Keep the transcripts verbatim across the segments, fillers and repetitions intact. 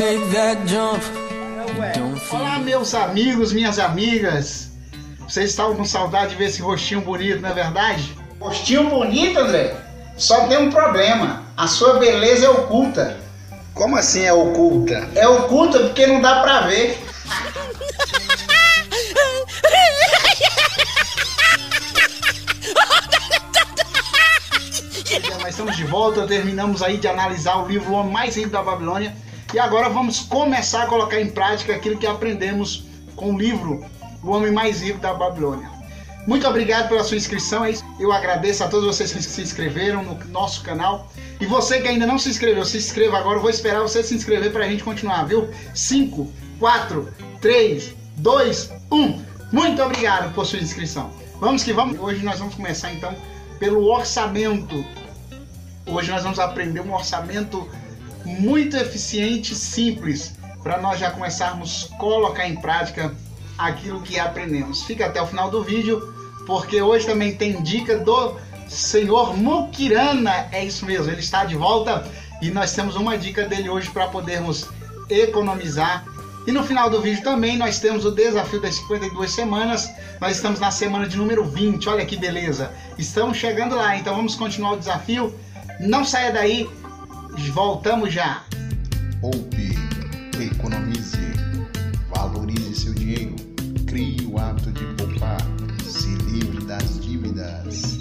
make that jump. Olá, meus amigos, minhas amigas. Vocês estavam com saudade de ver esse rostinho bonito, não é verdade? Rostinho bonito, André? Só tem um problema. A sua beleza é oculta. Como assim é oculta? É oculta porque não dá pra ver. Mas estamos de volta, terminamos aí de analisar o livro O Homem Mais Rico da Babilônia. E agora vamos começar a colocar em prática aquilo que aprendemos com o livro O Homem Mais Rico da Babilônia. Muito obrigado pela sua inscrição. Eu agradeço a todos vocês que se inscreveram no nosso canal. E você que ainda não se inscreveu, se inscreva agora. Eu vou esperar você se inscrever para a gente continuar, viu? cinco, quatro, três, dois, um. Muito obrigado por sua inscrição. Vamos que vamos. Hoje nós vamos começar então pelo orçamento. Hoje nós vamos aprender um orçamento muito eficiente e simples para nós já começarmos a colocar em prática aquilo que aprendemos. Fica até o final do vídeo, porque hoje também tem dica do senhor Mukirana. É isso mesmo, ele está de volta e nós temos uma dica dele hoje para podermos economizar. E no final do vídeo também nós temos o desafio das cinquenta e duas semanas. Nós estamos na semana de número vinte, olha que beleza. Estamos chegando lá, então vamos continuar o desafio. Não saia daí, voltamos já. Poupe, economize, valorize seu dinheiro, crie o hábito de poupar, se livre das dívidas.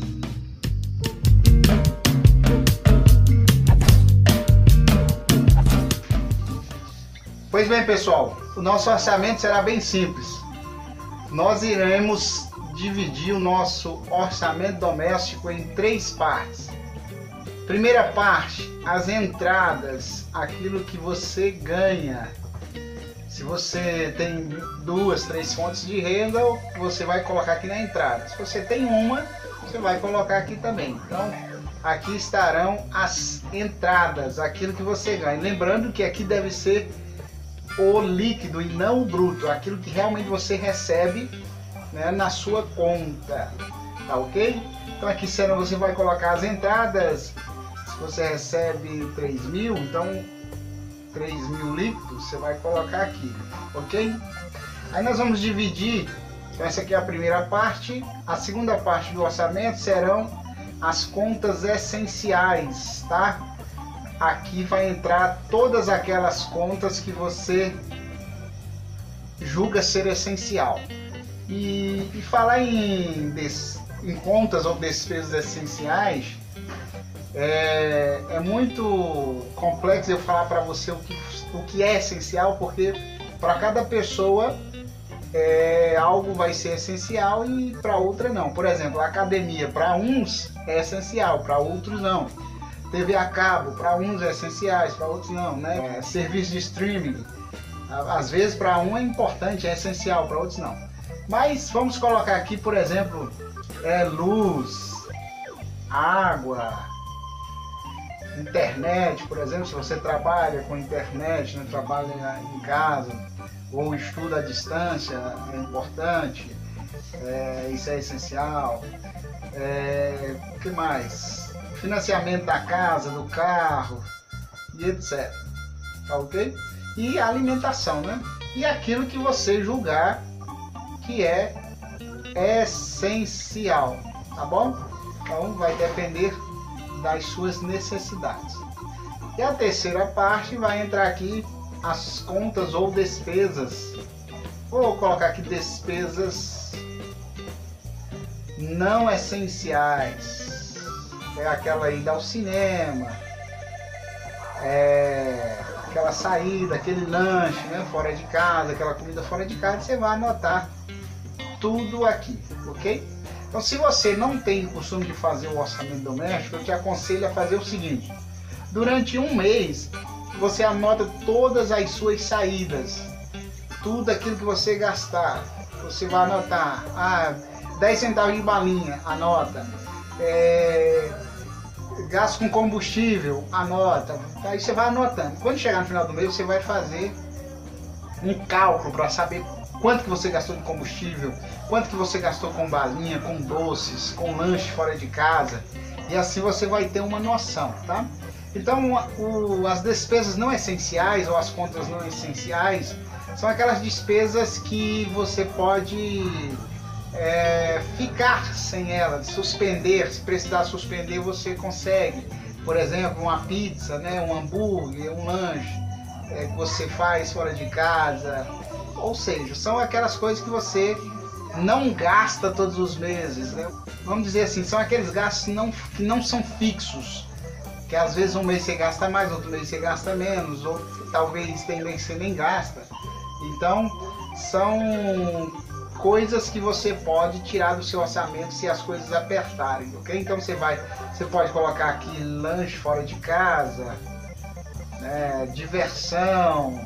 Pois bem, pessoal, o nosso orçamento será bem simples. Nós iremos dividir o nosso orçamento doméstico em três partes. Primeira parte, as entradas, aquilo que você ganha. Se você tem duas, três fontes de renda, você vai colocar aqui na entrada. Se você tem uma, você vai colocar aqui também. Então, aqui estarão as entradas, aquilo que você ganha. Lembrando que aqui deve ser o líquido e não o bruto, aquilo que realmente você recebe, né, na sua conta, tá ok? Então aqui será, você vai colocar as entradas. Se você recebe três mil, então três mil líquidos você vai colocar aqui, ok? Aí nós vamos dividir, então essa aqui é a primeira parte. A segunda parte do orçamento serão as contas essenciais, tá? Aqui vai entrar todas aquelas contas que você julga ser essencial. E, e falar em, des, em contas ou despesas essenciais, é, é muito complexo eu falar para você o que, o que é essencial, porque para cada pessoa é, algo vai ser essencial e para outra não. Por exemplo, a academia para uns é essencial, para outros não. T V a cabo, para uns é essenciais, para outros não, né? É, serviço de streaming, às vezes para um é importante, é essencial, para outros não. Mas vamos colocar aqui, por exemplo, é, luz, água, internet, por exemplo, se você trabalha com internet, né, trabalha em casa ou estuda à distância, é importante, é, isso é essencial. É, o que mais? Financiamento da casa, do carro e etcétera. Tá ok? E a alimentação, né? E aquilo que você julgar que é essencial, tá bom? Então vai depender das suas necessidades. E a terceira parte vai entrar aqui as contas ou despesas. Vou colocar aqui despesas não essenciais. É aquela ida ao cinema, é aquela saída, aquele lanche, né, fora de casa, aquela comida fora de casa, você vai anotar tudo aqui, ok? Então, se você não tem o costume de fazer o orçamento doméstico, eu te aconselho a fazer o seguinte: durante um mês, você anota todas as suas saídas, tudo aquilo que você gastar. Você vai anotar, ah, dez centavos de balinha, anota. É, gasto com combustível, anota. Aí você vai anotando. Quando chegar no final do mês, você vai fazer um cálculo para saber quanto que você gastou de combustível, quanto que você gastou com balinha, com doces, com lanche fora de casa. E assim você vai ter uma noção, tá? Então, o, as despesas não essenciais ou as contas não essenciais são aquelas despesas que você pode é, ficar sem elas, suspender. Se precisar suspender, você consegue. Por exemplo, uma pizza, né, um hambúrguer, um lanche é, que você faz fora de casa. Ou seja, são aquelas coisas que você não gasta todos os meses, né? Vamos dizer assim, são aqueles gastos que não, que não são fixos. Que às vezes um mês você gasta mais, outro mês você gasta menos, ou talvez tem mês que você nem gasta. Então, são coisas que você pode tirar do seu orçamento se as coisas apertarem, ok? Então você vai, você pode colocar aqui lanche fora de casa, né, diversão,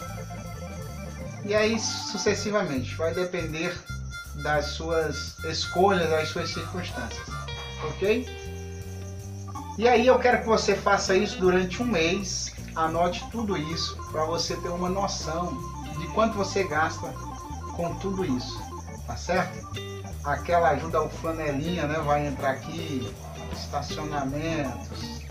e aí sucessivamente. Vai depender das suas escolhas, das suas circunstâncias, ok? E aí eu quero que você faça isso durante um mês, anote tudo isso para você ter uma noção de quanto você gasta com tudo isso, tá certo? Aquela ajuda ao flanelinha, né, vai entrar aqui, estacionamentos,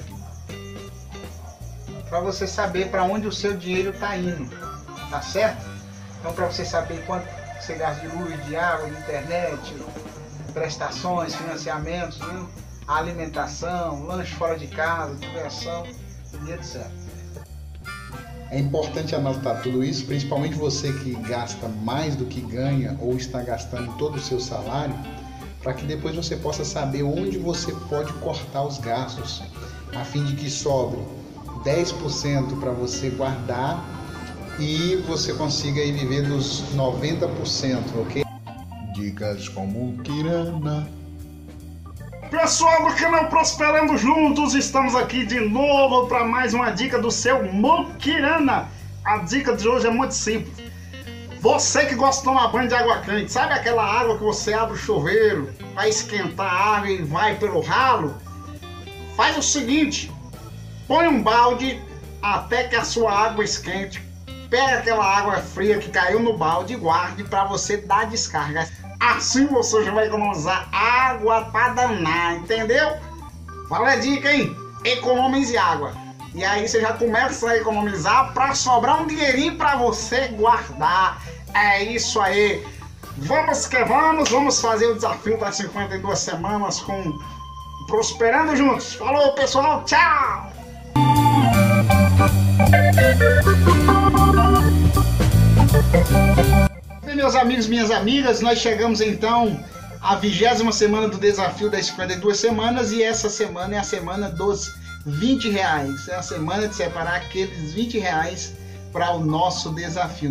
para você saber para onde o seu dinheiro está indo, tá certo? Então, para você saber quanto você gasta de luz, de água, de internet, prestações, financiamentos, né? Alimentação, lanche fora de casa, diversão e etcétera. É importante anotar tudo isso, principalmente você que gasta mais do que ganha ou está gastando todo o seu salário, para que depois você possa saber onde você pode cortar os gastos, a fim de que sobre dez por cento para você guardar e você consiga aí viver dos noventa por cento, ok? Dicas com Mukirana. Pessoal do canal Prosperando Juntos, estamos aqui de novo para mais uma dica do seu Mukirana. A dica de hoje é muito simples. Você que gosta de tomar banho de água quente, sabe aquela água que você abre o chuveiro, vai esquentar a água e vai pelo ralo? Faz o seguinte, põe um balde até que a sua água esquente, pega aquela água fria que caiu no balde e guarde para você dar descarga. Assim você já vai economizar água para danar, entendeu? Fala a dica, hein? Economize água. E aí você já começa a economizar para sobrar um dinheirinho para você guardar. É isso aí. Vamos que vamos, vamos fazer o desafio das cinquenta e duas semanas com Prosperando Juntos. Falou, pessoal, tchau! Bem, meus amigos, minhas amigas, nós chegamos então à vigésima semana do desafio das cinquenta e duas semanas e essa semana é a semana dos vinte reais. É a semana de separar aqueles vinte reais para o nosso desafio.